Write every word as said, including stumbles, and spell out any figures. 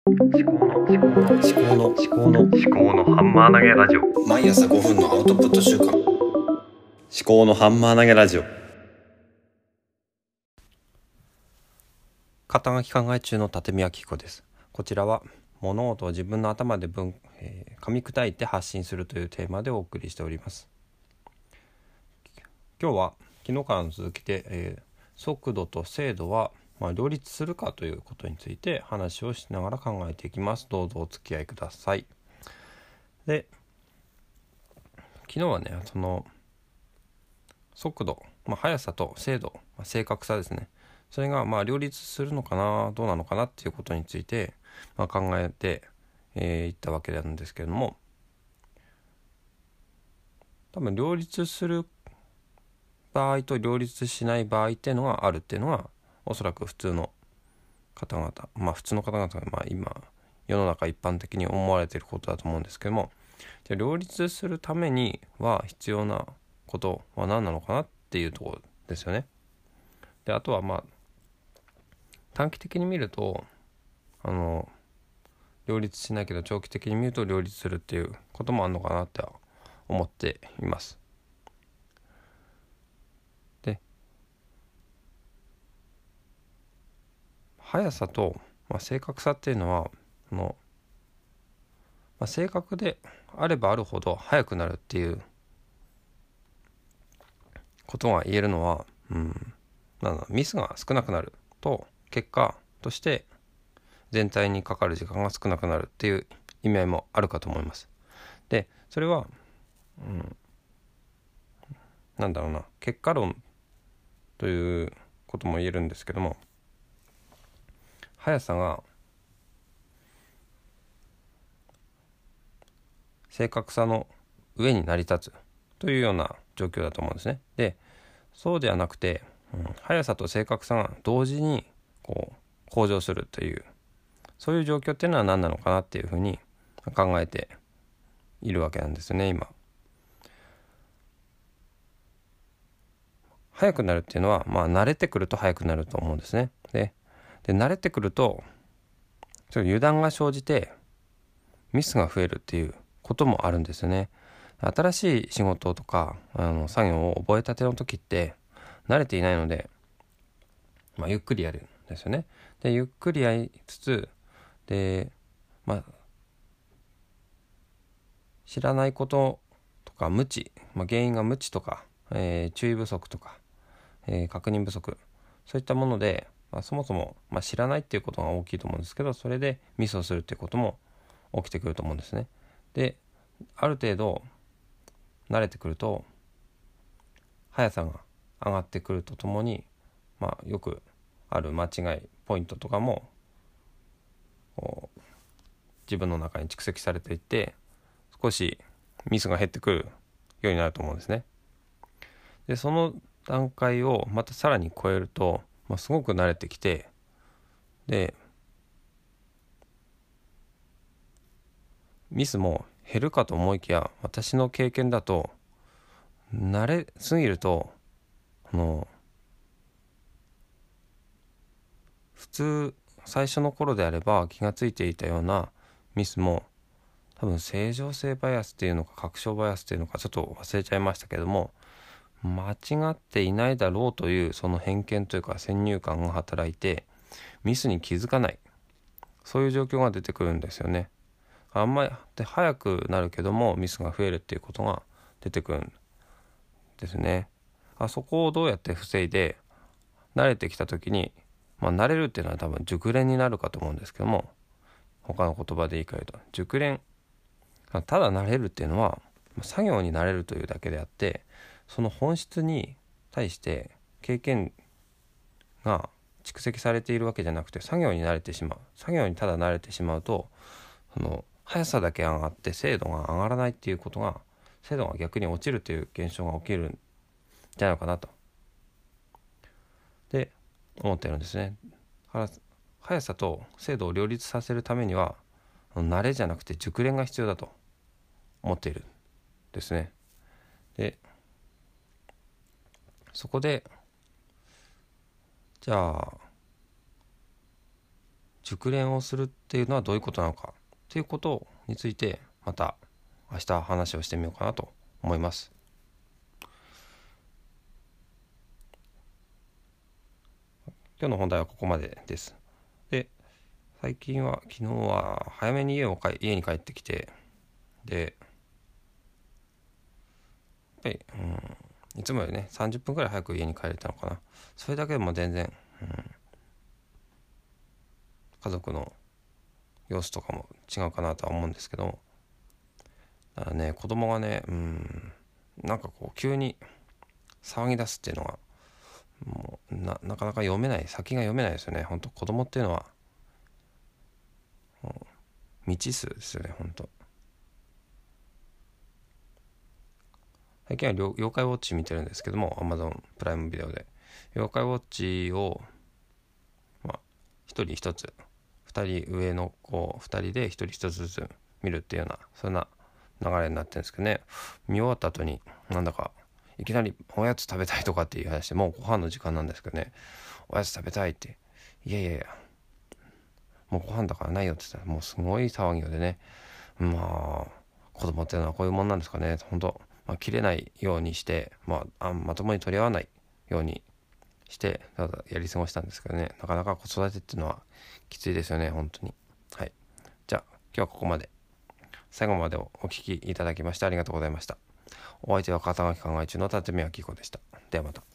思考の思考の思考の思考の思考のハンマー投げラジオ。 毎朝ごふんのアウトプット週間。 思考のハンマー投げラジオ。 肩書き考え中の立見明彦です。こちらは物事を自分の頭で分、えー、噛み砕いて発信するというテーマでお送りしております。今日は昨日からの続きで、えー、速度と精度は、まあ、両立するかということについて話をしながら考えていきます。どうぞお付き合いください。で、昨日はね、その速度、まあ、速さと精度、まあ、正確さですね。それがまあ両立するのかな、どうなのかなっていうことについて、まあ、考えてい、えー、ったわけなんですけれども、多分両立する場合と両立しない場合っていうのがあるっていうのは、おそらく普通の方々、まあ普通の方々がまあ今世の中一般的に思われていることだと思うんですけども、じゃあ両立するためには必要なことは何なのかなっていうところですよね。で、あとはまあ短期的に見るとあの両立しないけど、長期的に見ると両立するっていうこともあるのかなって思っています。で、速さと、まあ、正確さっていうのはあの、まあ、正確であればあるほど速くなるっていうことが言えるのは、うん、なんだミスが少なくなると、結果として全体にかかる時間が少なくなるっていう意味合いもあるかと思います。で、それは、うん、なんだろうな、結果論ということも言えるんですけども、速さが正確さの上に成り立つというような状況だと思うんですね。で、そうではなくて、うん、速さと正確さが同時にこう向上するという、そういう状況っていうのは何なのかなっていうふうに考えているわけなんですよね。今速くなるっていうのは、まあ慣れてくると速くなると思うんですね。で、で慣れてくるとちょっと油断が生じてミスが増えるっていうこともあるんですよね。新しい仕事とかあの作業を覚えたての時って慣れていないので、まあ、ゆっくりやるんですよね。で、ゆっくりやりつつ、で、まあ、知らないこととか無知、まあ、原因が無知とか、えー注意不足とか、えー確認不足、そういったもので、まあ、そもそも、まあ、知らないっていうことが大きいと思うんですけど、それでミスをするっていうことも起きてくると思うんですね。で、ある程度慣れてくると速さが上がってくるとともに、まあ、よくある間違いポイントとかもこう自分の中に蓄積されていって、少しミスが減ってくるようになると思うんですね。で、その段階をまたさらに超えると、まあ、すごく慣れてきて、でミスも減るかと思いきや、私の経験だと慣れすぎると、あの普通最初の頃であれば気がついていたようなミスも、多分正常性バイアスっていうのか確証バイアスっていうのかちょっと忘れちゃいましたけども、間違っていないだろうというその偏見というか先入観が働いてミスに気づかない、そういう状況が出てくるんですよね。あんまりで早くなるけどもミスが増えるっていうことが出てくるんですね。あそこをどうやって防いで慣れてきた時に、まあ慣れるっていうのは多分熟練になるかと思うんですけども、他の言葉で言い換えると熟練、ただ慣れるっていうのは作業に慣れるというだけであって、その本質に対して経験が蓄積されているわけじゃなくて、作業に慣れてしまう作業にただ慣れてしまうと、その速さだけ上がって精度が上がらないっていうことが、精度が逆に落ちるという現象が起きるんじゃないのかなとで思ってるんですね。だから速さと精度を両立させるためには慣れじゃなくて熟練が必要だと思っているんですね。で、そこでじゃあ熟練をするっていうのはどういうことなのかっていうことについてまた明日話をしてみようかなと思います。今日の本題はここまでです。で、最近は昨日は早めに家をか家に帰ってきて、でやっぱり、うん、いつもよりねさんじゅっぷんくらい早く家に帰れたのかな。それだけでも全然、うん、家族の様子とかも違うかなとは思うんですけど、だからね子供がね、うん、なんかこう急に騒ぎ出すっていうのがもう な, なかなか読めない先が読めないですよね。本当子供っていうのは未知数ですよね。本当最近は妖怪ウォッチ見てるんですけども、 Amazon プライムビデオで妖怪ウォッチをまあ一人一つ二人上の子二人で一人一つずつ見るっていうようなそんな流れになってるんですけどね、見終わった後になんだかいきなりおやつ食べたいとかっていう話で、もうご飯の時間なんですけどね、おやつ食べたいって、いやいやいやもうご飯だからないよって言ったらもうすごい騒ぎでね、まあ子供っていうのはこういうもんなんですかね。本当、まあ、切れないようにして、まあ、あまともに取り合わないようにしてただやり過ごしたんですけどね、なかなか子育てっていうのはきついですよね本当に。はい、じゃあ今日はここまで。最後までお聞きいただきましてありがとうございました。お相手は肩書き考え中の立宮紀子でした。ではまた。